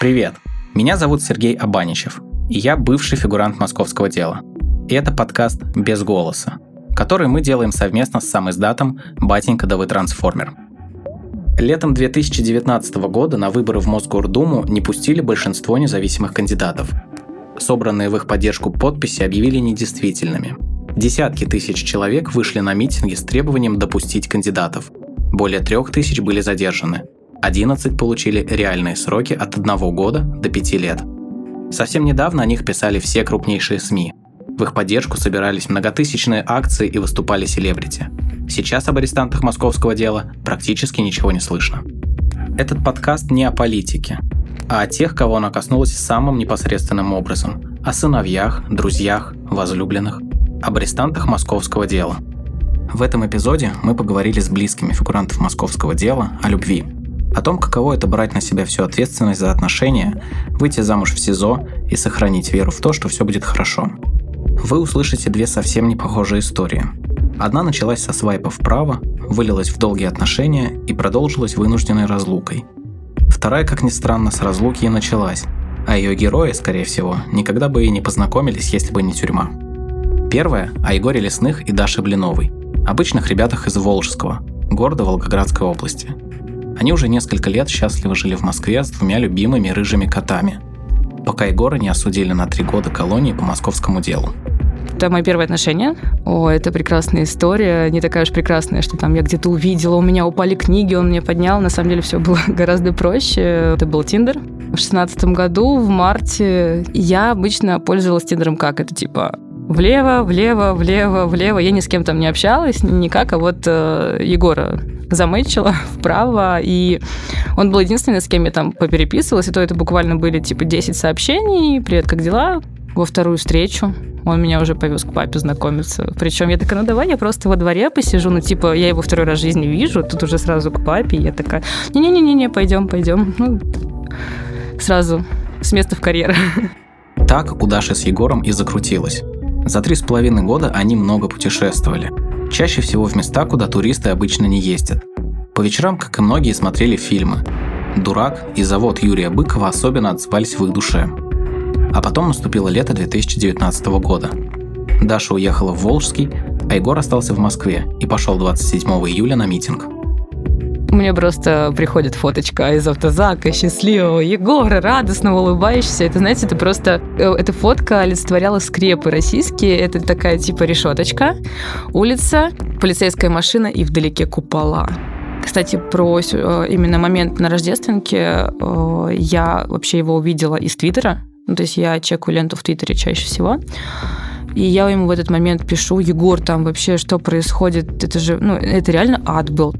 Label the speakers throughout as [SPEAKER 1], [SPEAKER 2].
[SPEAKER 1] Привет, меня зовут Сергей Абаничев, и я бывший фигурант московского дела. И это подкаст «Без голоса», который мы делаем совместно с самиздатом «Батенька, да вы трансформер». Летом 2019 года на выборы в Мосгордуму не пустили большинство независимых кандидатов. Собранные в их поддержку подписи объявили недействительными. Десятки тысяч человек вышли на митинги с требованием допустить кандидатов. Более 3000 были задержаны. 11 получили реальные сроки от 1 года до 5 лет. Совсем недавно о них писали все крупнейшие СМИ. В их поддержку собирались многотысячные акции и выступали селебрити. Сейчас об арестантах московского дела практически ничего не слышно. Этот подкаст не о политике, а о тех, кого она коснулась самым непосредственным образом. О сыновьях, друзьях, возлюбленных. Об арестантах московского дела. В этом эпизоде мы поговорили с близкими фигурантов московского дела о любви. О том, каково это брать на себя всю ответственность за отношения, выйти замуж в СИЗО и сохранить веру в то, что все будет хорошо. Вы услышите две совсем не похожие истории. Одна началась со свайпа вправо, вылилась в долгие отношения и продолжилась вынужденной разлукой. Вторая, как ни странно, с разлуки и началась, а ее герои, скорее всего, никогда бы и не познакомились, если бы не тюрьма. Первая – о Егоре Лесных и Даше Блиновой, обычных ребятах из Волжского, города Волгоградской области. Они уже несколько лет счастливо жили в Москве с 2 любимыми рыжими котами, пока Егора не осудили на 3 года колонии по московскому делу.
[SPEAKER 2] Это мои первые отношения. Это прекрасная история, не такая уж прекрасная, что там я где-то увидела, у меня упали книги, он мне поднял. На самом деле все было гораздо проще. Это был Тиндер. В 2016 году, в марте, я обычно пользовалась Тиндером как? Это типа влево, влево, влево, влево. Я ни с кем там не общалась, никак, а вот Егора замычила вправо, и он был единственный, с кем я там попереписывалась, и то это буквально были типа 10 сообщений, привет, как дела? Во вторую встречу он меня уже повез к папе знакомиться. Причем я такая, давай я просто во дворе посижу, я его второй раз в жизни вижу, тут уже сразу к папе, и я такая, не-не-не, пойдем. Сразу с места в карьер.
[SPEAKER 1] Так у Даши с Егором и закрутилось. За 3,5 года они много путешествовали. Чаще всего в места, куда туристы обычно не ездят. По вечерам, как и многие, смотрели фильмы. «Дурак» и «Завод» Юрия Быкова особенно отзывались в их душе. А потом наступило лето 2019 года. Даша уехала в Волжский, а Егор остался в Москве и пошел 27 июля на митинг.
[SPEAKER 2] Мне просто приходит фоточка из автозака счастливого Егора, радостного, улыбающегося. Это, знаете, эта фотка олицетворяла скрепы российские. Это такая типа решеточка, улица, полицейская машина и вдалеке купола. Кстати, про именно момент на Рождественке я вообще его увидела из Твиттера. То есть я чекаю ленту в Твиттере чаще всего. И я ему в этот момент пишу: Егор, там вообще что происходит? Это же, это реально ад был.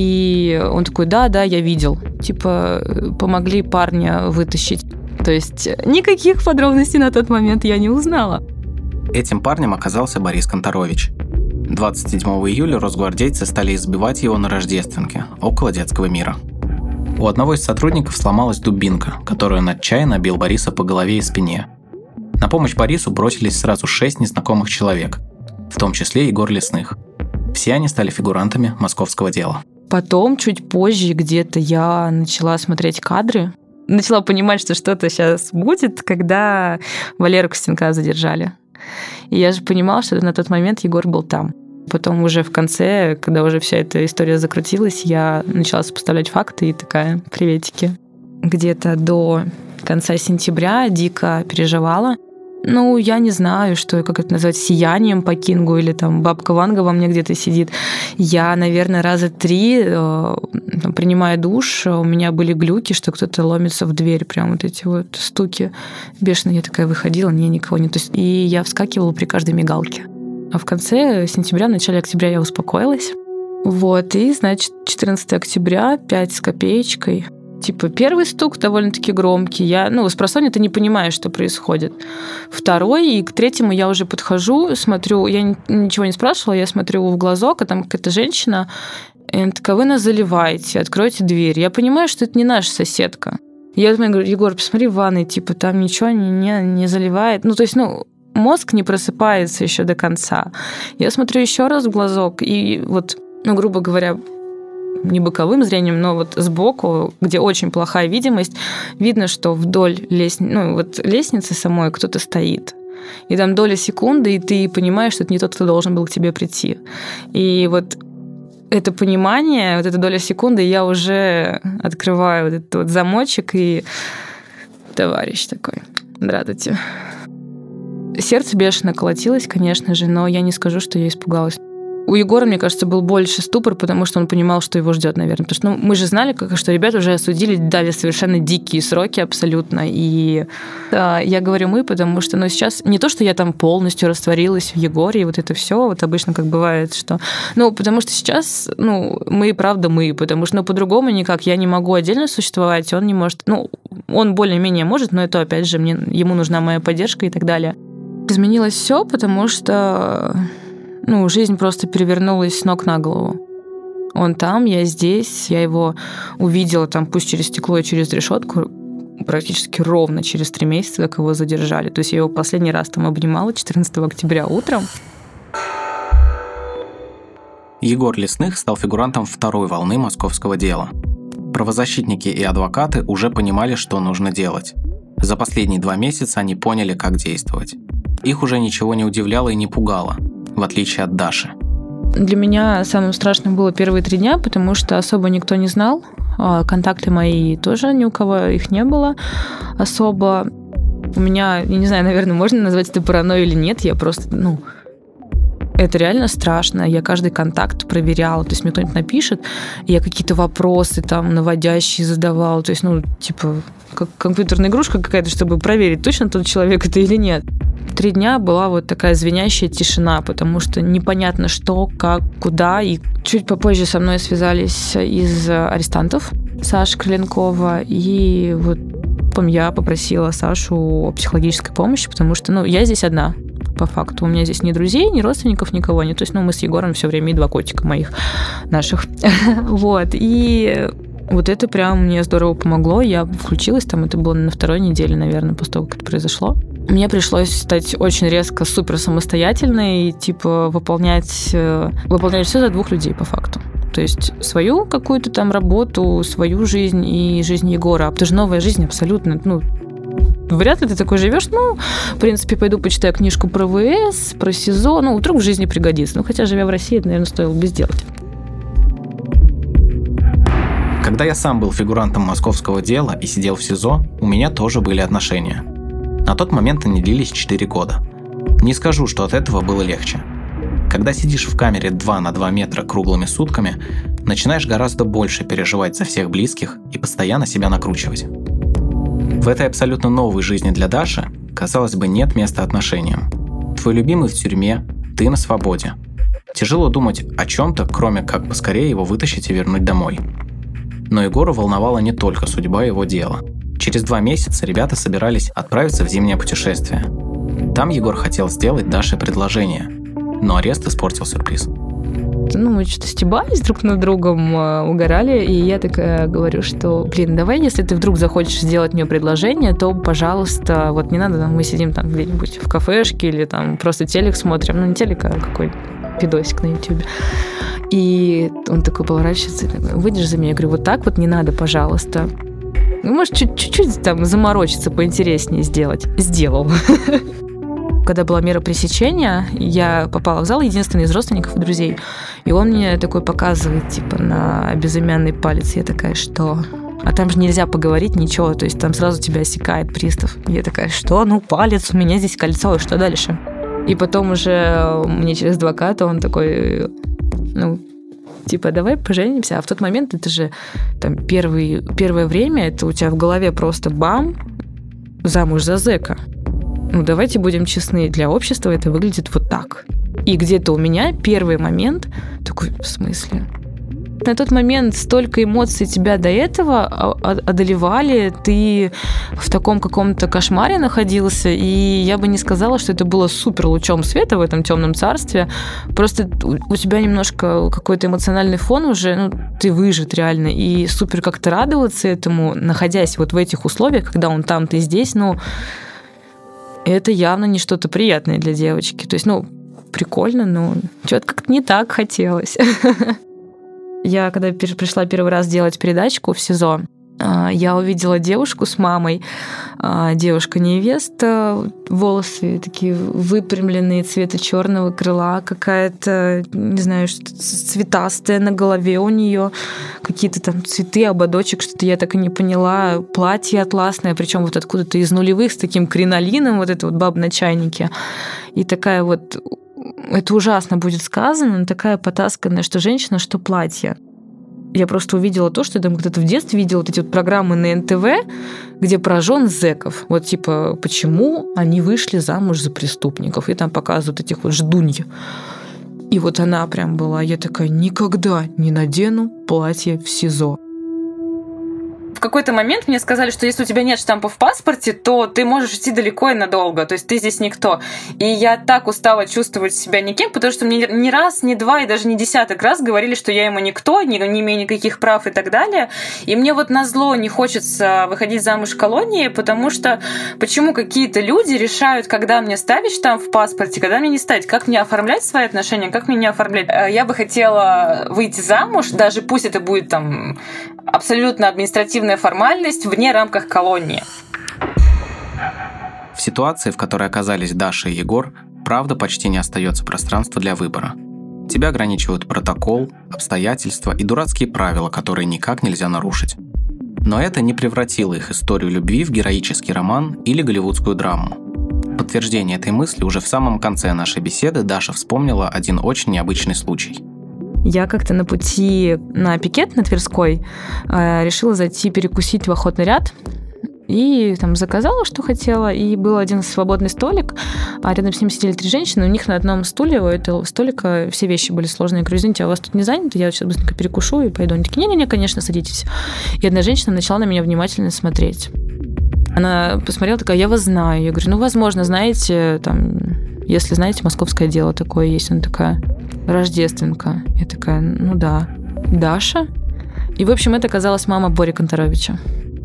[SPEAKER 2] И он такой, да, я видел. Типа, помогли парня вытащить. То есть никаких подробностей на тот момент я не узнала.
[SPEAKER 1] Этим парнем оказался Борис Конторович. 27 июля росгвардейцы стали избивать его на Рождественке, около детского мира. У одного из сотрудников сломалась дубинка, которую он отчаянно бил Бориса по голове и спине. На помощь Борису бросились сразу 6 незнакомых человек, в том числе Егор Лесных. Все они стали фигурантами московского дела.
[SPEAKER 2] Потом, чуть позже, где-то я начала смотреть кадры, начала понимать, что что-то сейчас будет, когда Валеру Костенка задержали. И я же понимала, что на тот момент Егор был там. Потом уже в конце, когда уже вся эта история закрутилась, я начала сопоставлять факты и такая, приветики. Где-то до конца сентября дико переживала. Я не знаю, как это назвать, сиянием по Кингу или там бабка Ванга во мне где-то сидит. Я, наверное, раза 3, принимая душ, у меня были глюки, что кто-то ломится в дверь, прям вот эти вот стуки бешеные. Я такая выходила, никого нет. И я вскакивала при каждой мигалке. А в конце сентября, в начале октября я успокоилась. И, значит, 14 октября, 5 с копеечкой. Типа, первый стук довольно-таки громкий. Я, с просонья ты не понимаешь, что происходит. Второй, и к третьему я уже подхожу, смотрю, я ничего не спрашивала, я смотрю в глазок, а там какая-то женщина, и она такая: вы нас заливаете, откройте дверь. Я понимаю, что это не наша соседка. Я говорю: Егор, посмотри в ванной, типа, там ничего не заливает. Мозг не просыпается еще до конца. Я смотрю еще раз в глазок, и грубо говоря, не боковым зрением, но вот сбоку, где очень плохая видимость, видно, что вдоль лестницы самой кто-то стоит. И там доля секунды, и ты понимаешь, что это не тот, кто должен был к тебе прийти. И вот это понимание, вот эта доля секунды, я уже открываю вот этот вот замочек, и товарищ такой: здравствуйте. Сердце бешено колотилось, конечно же, но я не скажу, что я испугалась. У Егора, мне кажется, был больше ступор, потому что он понимал, что его ждет, наверное. Потому что мы же знали, что ребят уже осудили, дали совершенно дикие сроки абсолютно. И я говорю «мы», потому что сейчас не то, что я там полностью растворилась в Егоре, и вот это все, вот обычно как бывает, что... потому что сейчас, мы, правда, мы, потому что по-другому никак. Я не могу отдельно существовать, он не может... он более-менее может, но это, опять же, ему нужна моя поддержка и так далее. Изменилось все, потому что... жизнь просто перевернулась с ног на голову. Он там, я здесь, я его увидела там, пусть через стекло и через решетку, практически ровно через 3 месяца, как его задержали. То есть я его последний раз там обнимала 14 октября утром.
[SPEAKER 1] Егор Лесных стал фигурантом второй волны московского дела. Правозащитники и адвокаты уже понимали, что нужно делать. За последние 2 месяца они поняли, как действовать. Их уже ничего не удивляло и не пугало, в отличие от Даши.
[SPEAKER 2] Для меня самым страшным было первые 3 дня, потому что особо никто не знал. Контакты мои тоже ни у кого их не было особо. У меня, я не знаю, наверное, можно назвать это паранойей или нет, я просто, это реально страшно. Я каждый контакт проверяла. То есть мне кто-нибудь напишет, я какие-то вопросы там наводящие задавала. То есть, как компьютерная игрушка какая-то, чтобы проверить, точно тот человек это или нет. 3 дня была вот такая звенящая тишина, потому что непонятно что, как, куда. И чуть попозже со мной связались из арестантов Саша Крыленкова. И вот я попросила Сашу о психологической помощи, потому что, я здесь одна. По факту. У меня здесь ни друзей, ни родственников, никого нет. То есть, мы с Егором все время и 2 котика моих наших. Вот. И вот это прям мне здорово помогло. Я включилась там, это было на 2-й неделе, наверное, после того, как это произошло. Мне пришлось стать очень резко супер самостоятельной и, выполнять все за 2 людей, по факту. То есть свою какую-то там работу, свою жизнь и жизнь Егора. Это же новая жизнь абсолютно. Вряд ли ты такой живешь. В принципе, пойду почитаю книжку про ВС, про СИЗО. Вдруг в жизни пригодится. Хотя, живя в России, это, наверное, стоило бы сделать.
[SPEAKER 1] Когда я сам был фигурантом московского дела и сидел в СИЗО, у меня тоже были отношения. На тот момент они длились 4 года. Не скажу, что от этого было легче. Когда сидишь в камере 2 на 2 метра круглыми сутками, начинаешь гораздо больше переживать за всех близких и постоянно себя накручивать. В этой абсолютно новой жизни для Даши, казалось бы, нет места отношениям. Твой любимый в тюрьме, ты на свободе. Тяжело думать о чем-то, кроме как поскорее его вытащить и вернуть домой. Но Егора волновала не только судьба его дела. Через 2 месяца ребята собирались отправиться в зимнее путешествие. Там Егор хотел сделать Даше предложение, но арест испортил сюрприз.
[SPEAKER 2] Мы что-то стебались друг над другом, угорали, и я такая говорю, что, давай, если ты вдруг захочешь сделать мне предложение, то, пожалуйста, не надо, мы сидим там где-нибудь в кафешке или там просто телек смотрим, не телек, а какой видосик на YouTube. И он такой поворачивается и такой: выйдешь за меня? Я говорю: вот так вот не надо, пожалуйста. Может, чуть-чуть там заморочиться, поинтереснее сделать. Сделал. Когда была мера пресечения, я попала в зал, единственный из родственников и друзей. И он мне такой показывает, на безымянный палец. Я такая: что? А там же нельзя поговорить, ничего. То есть там сразу тебя осекает пристав. Я такая: что? Палец, у меня здесь кольцо, и что дальше? И потом уже мне через адвоката он такой: давай поженимся. А в тот момент это же там первое время, это у тебя в голове просто бам, замуж за зэка. Давайте будем честны, для общества это выглядит вот так. И где-то у меня первый момент такой: в смысле? На тот момент столько эмоций тебя до этого одолевали, ты в таком каком-то кошмаре находился, и я бы не сказала, что это было супер лучом света в этом темном царстве. Просто у тебя немножко какой-то эмоциональный фон уже, ты выжат реально, и супер как-то радоваться этому, находясь вот в этих условиях, когда он там, ты здесь, это явно не что-то приятное для девочки. То есть, прикольно, но что-то как-то не так хотелось. Я, когда пришла первый раз делать передачку в СИЗО, я увидела девушку с мамой, девушка-невеста, волосы такие выпрямленные, цвета черного крыла, какая-то, не знаю, что-то цветастое на голове у нее, какие-то там цветы, ободочек, что-то я так и не поняла, платье атласное, причем вот откуда-то из нулевых с таким кринолином, вот это вот баба на чайнике, и такая вот, это ужасно будет сказано, но такая потасканная, что женщина, что платье. Я просто увидела то, что я там когда-то в детстве видела вот эти вот программы на НТВ, где про жен зэков. Вот типа, почему они вышли замуж за преступников. И там показывают этих вот ждуньи. И вот она прям была, я такая, никогда не надену платье в СИЗО.
[SPEAKER 3] В какой-то момент мне сказали, что если у тебя нет штампа в паспорте, то ты можешь идти далеко и надолго, то есть ты здесь никто. И я так устала чувствовать себя никем, потому что мне ни раз, ни два и даже не десяток раз говорили, что я ему никто, не имею никаких прав и так далее. И мне вот назло не хочется выходить замуж в колонии, потому что почему какие-то люди решают, когда мне ставить штамп в паспорте, когда мне не ставить, как мне оформлять свои отношения, как мне не оформлять. Я бы хотела выйти замуж, даже пусть это будет там абсолютно административная формальность вне рамках колонии.
[SPEAKER 1] В ситуации, в которой оказались Даша и Егор, правда почти не остается пространства для выбора. Тебя ограничивают протокол, обстоятельства и дурацкие правила, которые никак нельзя нарушить. Но это не превратило их историю любви в героический роман или голливудскую драму. В подтверждение этой мысли уже в самом конце нашей беседы Даша вспомнила один очень необычный случай.
[SPEAKER 2] Я как-то на пути на пикет на Тверской решила зайти перекусить в охотный ряд. И там заказала, что хотела. И был один свободный столик, а рядом с ним сидели 3 женщины. У них на одном стуле, у этого столика, все вещи были сложные. Я говорю, извините, а у вас тут не занято? Я сейчас быстренько перекушу и пойду. Они такие, не-не-не, конечно, садитесь. И одна женщина начала на меня внимательно смотреть. Она посмотрела, такая, я вас знаю. Я говорю, ну, возможно, знаете, там, если знаете, московское дело такое есть. Она такая, Рождественка. Я такая, ну да. Даша? И, в общем, это оказалась мама Бори Конторовича.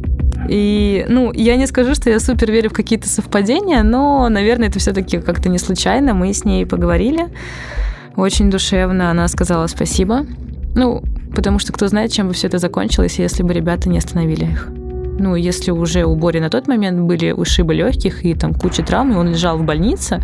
[SPEAKER 2] И, ну, я не скажу, что я супер верю в какие-то совпадения, но, наверное, это все-таки как-то не случайно. Мы с ней поговорили очень душевно. Она сказала спасибо. Ну, потому что кто знает, чем бы все это закончилось, если бы ребята не остановили их. Ну, если уже у Бори на тот момент были ушибы легких и там куча травм, и он лежал в больнице,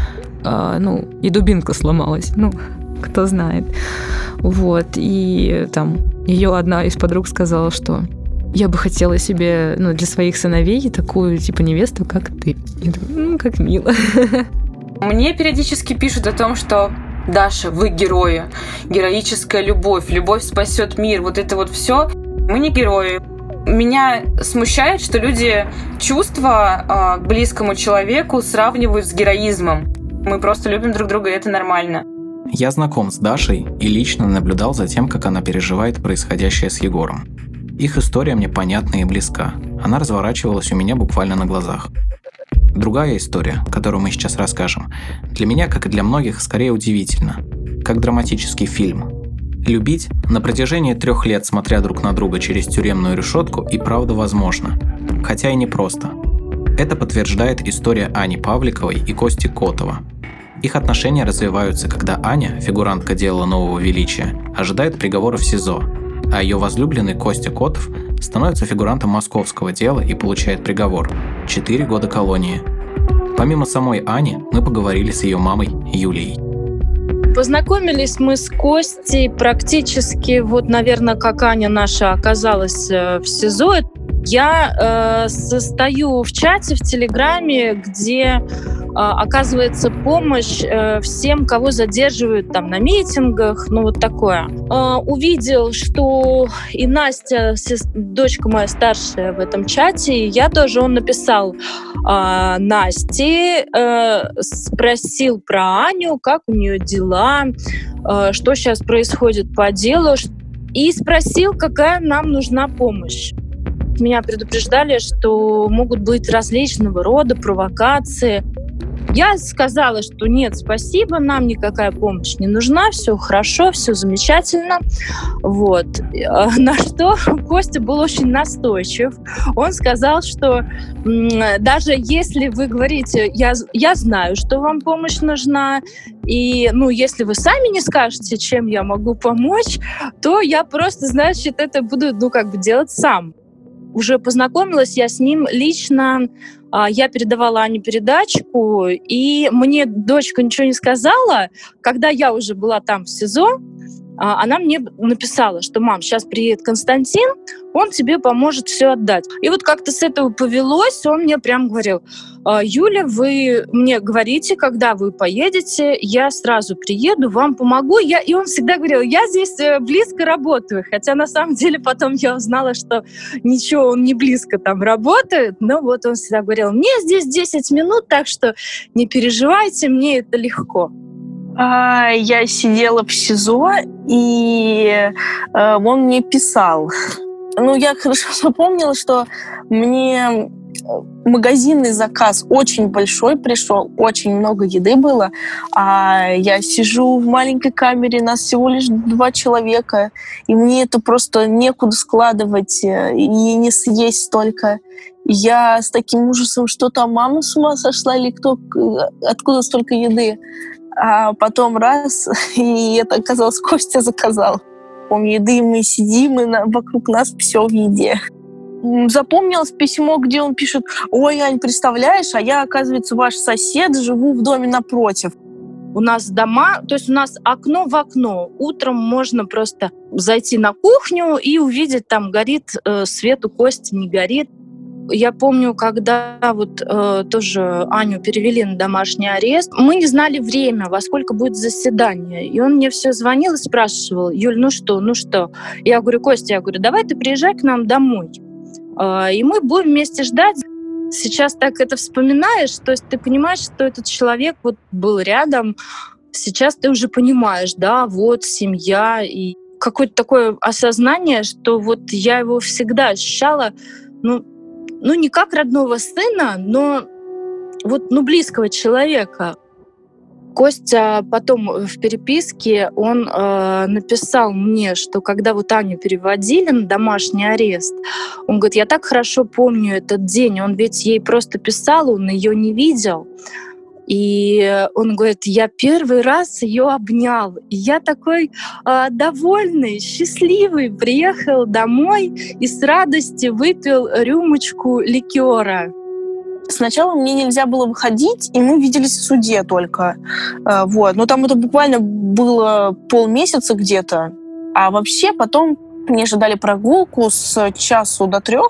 [SPEAKER 2] ну, и дубинка сломалась. Ну, кто знает. Вот. И там ее одна из подруг сказала, что я бы хотела себе, ну, для своих сыновей такую, типа, невесту, как ты. Я такая, ну, как мило.
[SPEAKER 3] Мне периодически пишут о том, что Даша, вы герои, героическая любовь, любовь спасет мир, вот это вот все. Мы не герои. Меня смущает, что люди чувства к близкому человеку сравнивают с героизмом. Мы просто любим друг друга, и это нормально.
[SPEAKER 1] Я знаком с Дашей и лично наблюдал за тем, как она переживает происходящее с Егором. Их история мне понятна и близка. Она разворачивалась у меня буквально на глазах. Другая история, которую мы сейчас расскажем, для меня, как и для многих, скорее удивительна. Как драматический фильм. Любить на протяжении 3 лет, смотря друг на друга через тюремную решетку, и правда возможно. Хотя и непросто. Это подтверждает история Ани Павликовой и Кости Котова. Их отношения развиваются, когда Аня, фигурантка дела нового величия, ожидает приговора в СИЗО, а ее возлюбленный Костя Котов становится фигурантом московского дела и получает приговор – 4 года колонии. Помимо самой Ани, мы поговорили с ее мамой Юлией.
[SPEAKER 4] Познакомились мы с Костей практически, вот, наверное, как Аня наша оказалась в СИЗО. Я состою в чате в Телеграме, где оказывается помощь всем, кого задерживают там на митингах, ну вот такое. Увидел, что и Настя, дочка моя старшая, в этом чате, и я тоже, он написал Насте, спросил про Аню, как у нее дела, что сейчас происходит по делу, и спросил, какая нам нужна помощь. Меня предупреждали, что могут быть различного рода провокации. Я сказала, что нет, спасибо, нам никакая помощь не нужна, все хорошо, все замечательно. Вот. На что Костя был очень настойчив. Он сказал, что даже если вы говорите, я знаю, что вам помощь нужна, и если вы сами не скажете, чем я могу помочь, то я просто, значит, это буду делать сам. Уже познакомилась я с ним лично, я передавала Ане передачку, и мне дочка ничего не сказала. Когда я уже была там в СИЗО, она мне написала, что: мам, сейчас приедет Константин, он тебе поможет все отдать. И вот как-то с этого повелось, он мне прям говорил: Юля, вы мне говорите, когда вы поедете, я сразу приеду, вам помогу. И он всегда говорил: я здесь близко работаю. Хотя на самом деле потом я узнала, что ничего, он не близко там работает. Но вот он всегда говорил: мне здесь 10 минут, так что не переживайте, мне это легко.
[SPEAKER 5] Я сидела в СИЗО, и он мне писал. Я хорошо запомнила, что мне магазинный заказ очень большой пришел, очень много еды было, а я сижу в маленькой камере, нас всего лишь 2 человека, и мне это просто некуда складывать и не съесть столько. Я с таким ужасом, что там мама с ума сошла или кто, откуда столько еды. А потом раз, и это оказалось, Костя заказал. Помню, еды, мы сидим, и вокруг нас все в еде. Запомнилось письмо, где он пишет: ой, Ань, представляешь, а я, оказывается, ваш сосед, живу в доме напротив.
[SPEAKER 4] У нас дома, то есть у нас окно в окно. Утром можно просто зайти на кухню и увидеть, там горит свет у Кости, не горит. Я помню, когда тоже Аню перевели на домашний арест, мы не знали время, во сколько будет заседание. И он мне все звонил и спрашивал: Юль, ну что? Я говорю: Костя, давай ты приезжай к нам домой. И мы будем вместе ждать. Сейчас так это вспоминаешь, то есть ты понимаешь, что этот человек был рядом. Сейчас ты уже понимаешь, да, семья. И какое-то такое осознание, что я его всегда ощущала, не как родного сына, но близкого человека. Костя потом в переписке он написал мне, что когда Аню переводили на домашний арест, он говорит: я так хорошо помню этот день, он ведь ей просто писал, он ее не видел. И он говорит: я первый раз ее обнял. И я такой довольный, счастливый, приехал домой и с радостью выпил рюмочку ликера.
[SPEAKER 5] Сначала мне нельзя было выходить, и мы виделись в суде только. Но там это буквально было полмесяца где-то. А вообще потом мне же дали прогулку с часу до 3.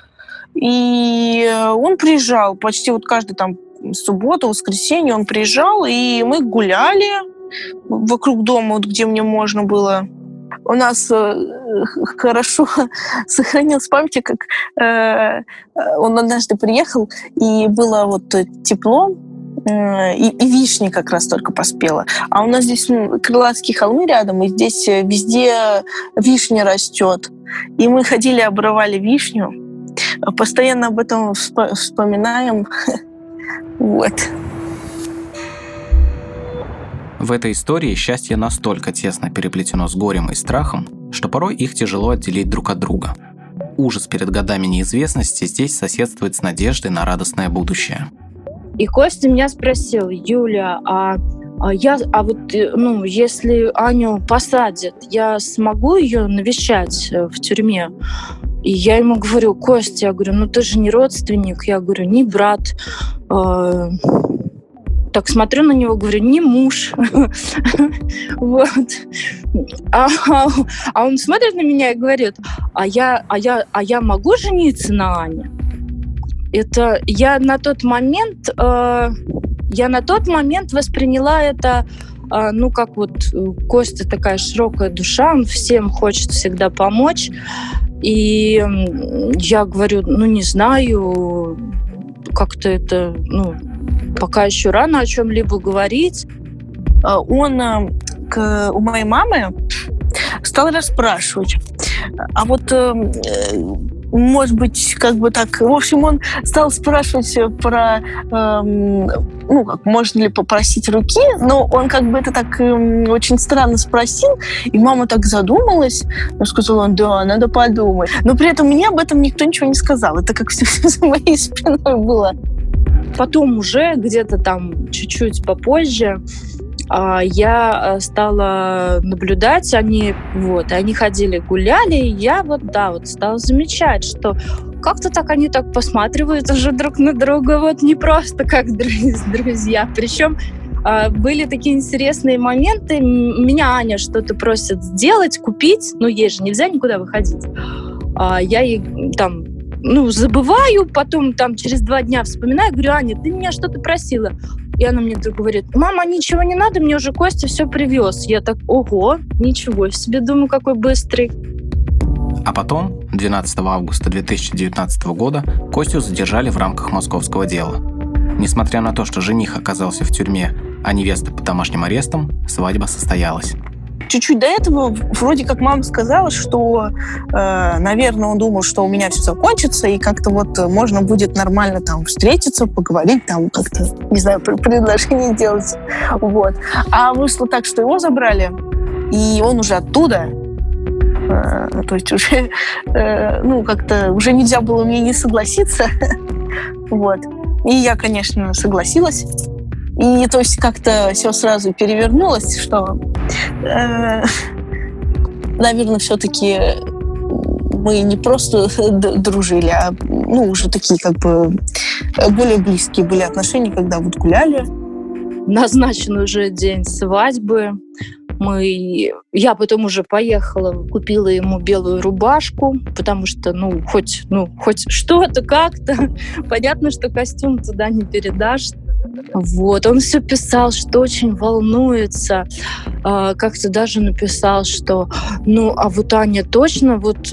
[SPEAKER 5] И он приезжал почти каждый субботу, воскресенье он приезжал, и мы гуляли вокруг дома, где мне можно было. У нас хорошо сохранилась память, как он однажды приехал, и было тепло, и вишня как раз только поспела. А у нас здесь Крылатские холмы рядом, и здесь везде вишня растет. И мы ходили, обрывали вишню. Постоянно об этом вспоминаем.
[SPEAKER 1] В этой истории счастье настолько тесно переплетено с горем и страхом, что порой их тяжело отделить друг от друга. Ужас перед годами неизвестности здесь соседствует с надеждой на радостное будущее.
[SPEAKER 4] И Костя меня спросил: Юля, если Аню посадят, я смогу ее навещать в тюрьме? И я ему говорю: Костя, ты же не родственник, не брат. Так смотрю на него, говорю: не муж. А он смотрит на меня и говорит: а я могу жениться на Ане? Это я на тот момент восприняла это, Костя такая широкая душа, он всем хочет всегда помочь. И я говорю: не знаю, как-то это, пока еще рано о чем-либо говорить.
[SPEAKER 5] Он у моей мамы стал расспрашивать: а может быть, как бы так... В общем, он стал спрашивать про... можно ли попросить руки, но он как бы это так очень странно спросил, и мама так задумалась, сказала, да, надо подумать. Но при этом мне об этом никто ничего не сказал. Это как все за моей спиной было.
[SPEAKER 4] Потом уже где-то там чуть-чуть попозже я стала наблюдать, они ходили, гуляли, и я стала замечать, что как-то так они так посматривают уже друг на друга, не просто как друзья. Причем были такие интересные моменты. Меня Аня что-то просит сделать, купить, ей же нельзя никуда выходить. Я ей там забываю, потом там через 2 дня вспоминаю, говорю, Аня, ты меня что-то просила. И она мне вдруг говорит, мама, ничего не надо, мне уже Костя все привез. Я так, ого, ничего себе, думаю, какой быстрый.
[SPEAKER 1] А потом, 12 августа 2019 года, Костю задержали в рамках московского дела. Несмотря на то, что жених оказался в тюрьме, а невеста под домашним арестом, свадьба состоялась.
[SPEAKER 5] Чуть-чуть до этого вроде как мама сказала, что, наверное, он думал, что у меня все закончится, и как-то можно будет нормально там встретиться, поговорить, там как-то, не знаю, предложение сделать. А вышло так, что его забрали, и он уже оттуда, то есть уже, как-то уже нельзя было мне не согласиться. И я, конечно, согласилась. И то есть как-то все сразу перевернулось, что, наверное, все-таки мы не просто дружили, а уже такие как бы более близкие были отношения, когда гуляли.
[SPEAKER 4] Назначен уже день свадьбы. Я потом уже поехала, купила ему белую рубашку, потому что, хоть что-то как-то. Понятно, что костюм туда не передашь. Он все писал, что очень волнуется. Как-то даже написал, что Аня точно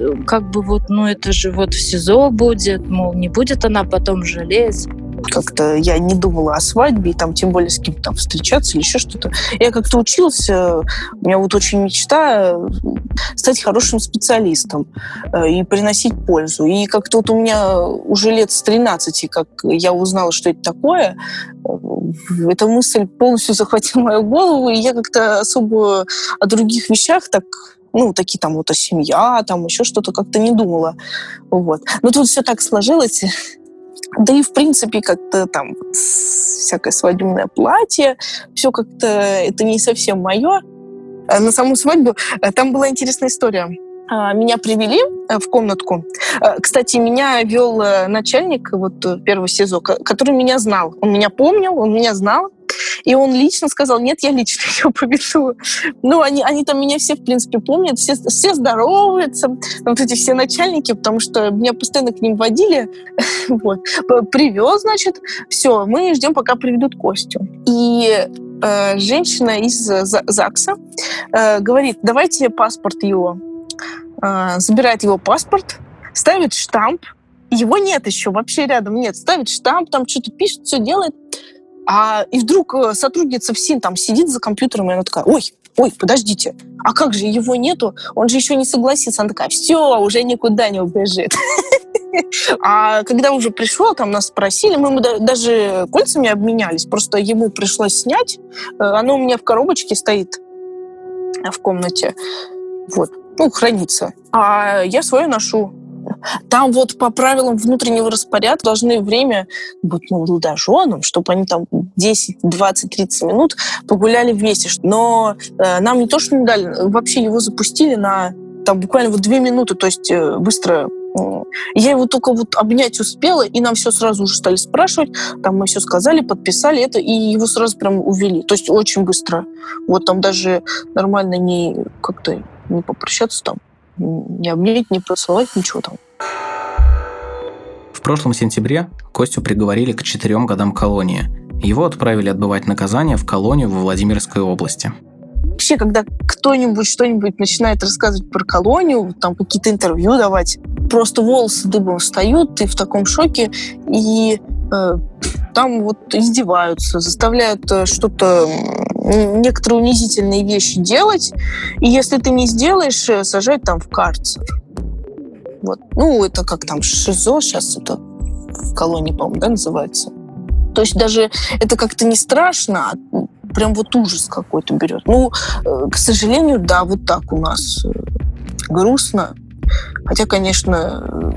[SPEAKER 4] это же в СИЗО будет, мол, не будет она потом жалеть.
[SPEAKER 5] Как-то я не думала о свадьбе, и там тем более с кем-то там встречаться или еще что-то. Я как-то училась, у меня очень мечта стать хорошим специалистом и приносить пользу. И как-то у меня уже лет с 13, как я узнала, что это такое, эта мысль полностью захватила мою голову, и я как-то особо о других вещах такие там семья, там еще что-то как-то не думала. Но тут все так сложилось. Да и, в принципе, как-то там всякое свадебное платье, все как-то это не совсем мое. На саму свадьбу там была интересная история. Меня привели в комнатку. Кстати, меня вел начальник первого СИЗО, который меня знал. Он меня помнил, он меня знал. И он лично сказал, нет, я лично ее поведу. Они там меня все, в принципе, помнят, все здороваются, эти все начальники, потому что меня постоянно к ним водили. Привез, значит, все, мы ждем, пока приведут Костю. И женщина из ЗАГСа говорит, давайте паспорт его. Забирает его паспорт, ставит штамп. Его нет еще, вообще рядом нет. Ставит штамп, там что-то пишет, все делает. И вдруг сотрудница ФСИН там сидит за компьютером, и она такая, ой, подождите, а как же, его нету? Он же еще не согласится. Она такая, все, уже никуда не убежит. А когда уже пришел, там нас спросили, мы даже кольцами обменялись, просто ему пришлось снять. Оно у меня в коробочке стоит в комнате. Хранится. А я свое ношу. Там по правилам внутреннего распорядка должны время быть молодоженам, чтобы они там 10, 20, 30 минут погуляли вместе. Но нам не то, что не дали, вообще его запустили на там буквально 2 минуты, то есть быстро. Я его только обнять успела, и нам все сразу уже стали спрашивать. Там мы все сказали, подписали это, и его сразу прям увели. То есть очень быстро. Там даже нормально не попрощаться там, не обнять, не поцеловать, ничего там.
[SPEAKER 1] В прошлом сентябре Костю приговорили к 4 годам колонии. Его отправили отбывать наказание в колонию во Владимирской области.
[SPEAKER 5] Вообще, когда кто-нибудь что-нибудь начинает рассказывать про колонию, там какие-то интервью давать, просто волосы дыбом встают, ты в таком шоке, и там издеваются, заставляют что-то, некоторые унизительные вещи делать, и если ты не сделаешь, сажать там в карцер. Вот. Ну, это как там, ШИЗО сейчас это в колонии, по-моему, да, называется. То есть даже это как-то не страшно, а прям вот ужас какой-то берет. Ну, к сожалению, да, вот так у нас грустно. Хотя, конечно,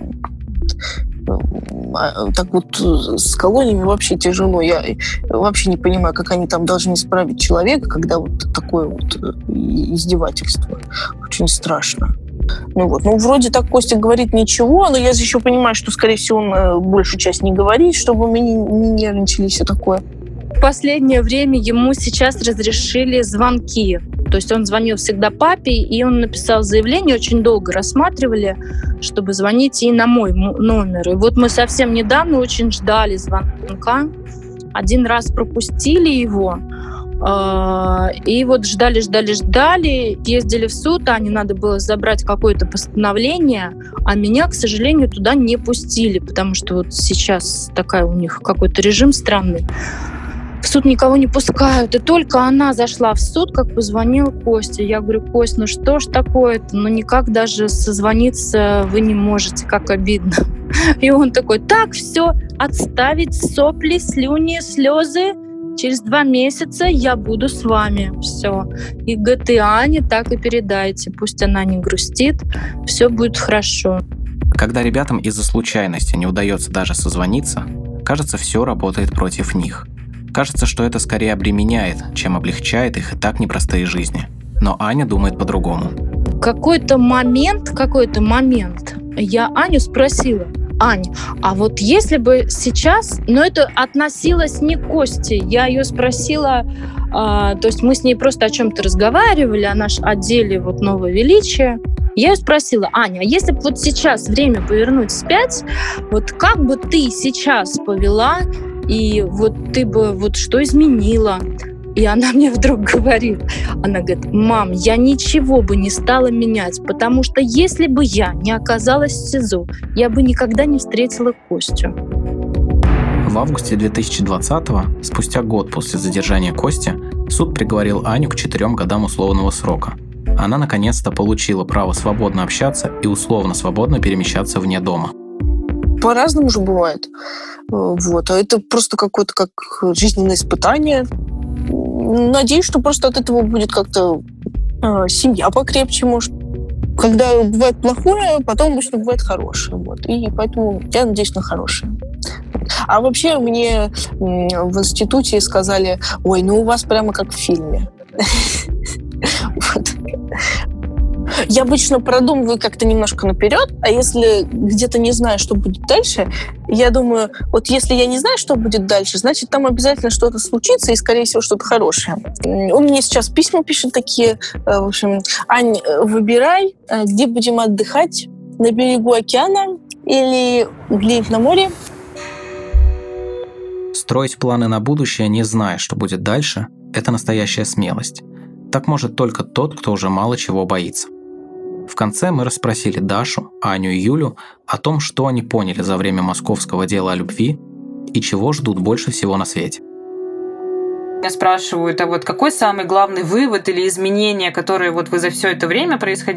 [SPEAKER 5] так вот с колониями вообще тяжело. Я вообще не понимаю, как они там должны исправить человека, когда вот такое вот издевательство. Очень страшно. Ну вот, ну вроде так Костя говорит ничего, но я еще понимаю, что, скорее всего, он большую часть не говорит, чтобы мы не нервничали и все такое.
[SPEAKER 4] В последнее время ему сейчас разрешили звонки. То есть он звонил всегда папе, и он написал заявление, очень долго рассматривали, чтобы звонить и на мой номер. И вот мы совсем недавно очень ждали звонка. Один раз пропустили его. И вот ждали, ездили в суд, Ане надо было забрать какое-то постановление, а меня, к сожалению, туда не пустили, потому что вот сейчас такая у них какой-то режим странный. В суд никого не пускают, и только она зашла в суд, как позвонил Костя. Я говорю: Кость, ну что ж такое-то? Ну никак даже созвониться вы не можете, как обидно. И он такой: так, все, отставить сопли, слюни, слезы. Через 2 месяца я буду с вами. Все. И говорит, и Ане так и передайте. Пусть она не грустит, все будет хорошо.
[SPEAKER 1] Когда ребятам из-за случайности не удается даже созвониться, кажется, все работает против них. Кажется, что это скорее обременяет, чем облегчает их и так непростые жизни. Но Аня думает по-другому.
[SPEAKER 4] Какой-то момент, я Аню спросила: Ань, а вот если бы сейчас, но это относилось не к Косте, я ее спросила, то есть мы с ней просто о чем-то разговаривали, о деле вот «Новое величие». Я ее спросила: Аня, а если бы вот сейчас время повернуть вспять, вот как бы ты сейчас повела, и вот ты бы вот что изменила? И она мне вдруг говорит, мам, я ничего бы не стала менять, потому что если бы я не оказалась в СИЗО, я бы никогда не встретила Костю.
[SPEAKER 1] В августе 2020-го, спустя год после задержания Кости, суд приговорил Аню к 4 годам условного срока. Она наконец-то получила право свободно общаться и условно свободно перемещаться вне дома.
[SPEAKER 5] По-разному же бывает. Вот. А это просто какое-то как жизненное испытание. Надеюсь, что просто от этого будет как-то семья покрепче, может. Когда бывает плохое, потом обычно бывает хорошее. Вот. И поэтому я надеюсь на хорошее. А вообще мне в институте сказали: ой, ну у вас прямо как в фильме. Я обычно продумываю как-то немножко наперед, а если где-то не знаю, что будет дальше, я думаю, вот если я не знаю, что будет дальше, значит, там обязательно что-то случится и, скорее всего, что-то хорошее. Он мне сейчас письма пишет такие, в общем: Ань, выбирай, где будем отдыхать, на берегу океана или где-нибудь на море.
[SPEAKER 1] Строить планы на будущее, не зная, что будет дальше, это настоящая смелость. Так может только тот, кто уже мало чего боится. В конце мы расспросили Дашу, Аню и Юлю о том, что они поняли за время московского дела о любви и чего ждут больше всего на свете.
[SPEAKER 3] Меня спрашивают, а вот какой самый главный вывод или изменение, которые вот вы за все это время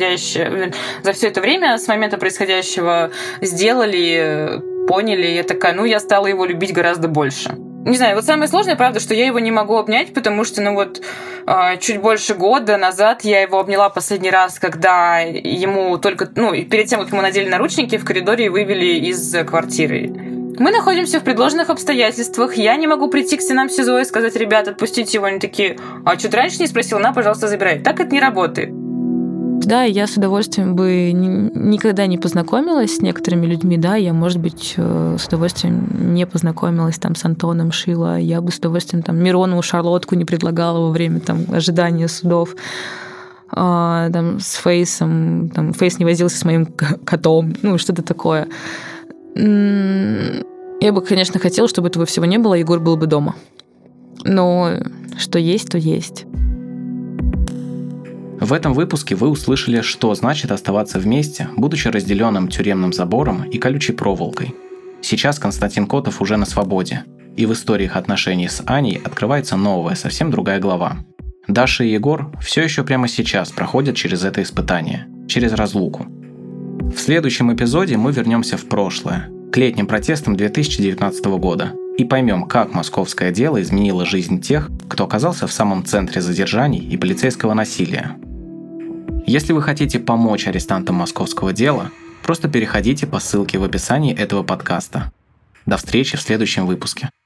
[SPEAKER 3] с момента происходящего сделали, поняли? Я такая, я стала его любить гораздо больше. Не знаю, вот самое сложное, правда, что я его не могу обнять, потому что, чуть больше года назад я его обняла последний раз, когда ему только, перед тем, как ему надели наручники, в коридоре вывели из квартиры. Мы находимся в предложенных обстоятельствах, я не могу прийти к стенам СИЗО и сказать: ребят, отпустите его. Они такие: а что ты раньше не спросил? На, пожалуйста, забирай. Так это не работает.
[SPEAKER 2] Да, я с удовольствием бы никогда не познакомилась с некоторыми людьми, да, я, может быть, с удовольствием не познакомилась там с Антоном Шило, я бы с удовольствием там Миронову шарлотку не предлагала во время там ожидания судов, там с Фейсом, там Фейс не возился с моим котом, что-то такое. Я бы, конечно, хотела, чтобы этого всего не было, Егор был бы дома. Но что есть, то есть.
[SPEAKER 1] В этом выпуске вы услышали, что значит оставаться вместе, будучи разделенным тюремным забором и колючей проволокой. Сейчас Константин Котов уже на свободе, и в истории их отношений с Аней открывается новая, совсем другая глава. Даша и Егор все еще прямо сейчас проходят через это испытание, через разлуку. В следующем эпизоде мы вернемся в прошлое, к летним протестам 2019 года, и поймем, как московское дело изменило жизнь тех, кто оказался в самом центре задержаний и полицейского насилия. Если вы хотите помочь арестантам московского дела, просто переходите по ссылке в описании этого подкаста. До встречи в следующем выпуске.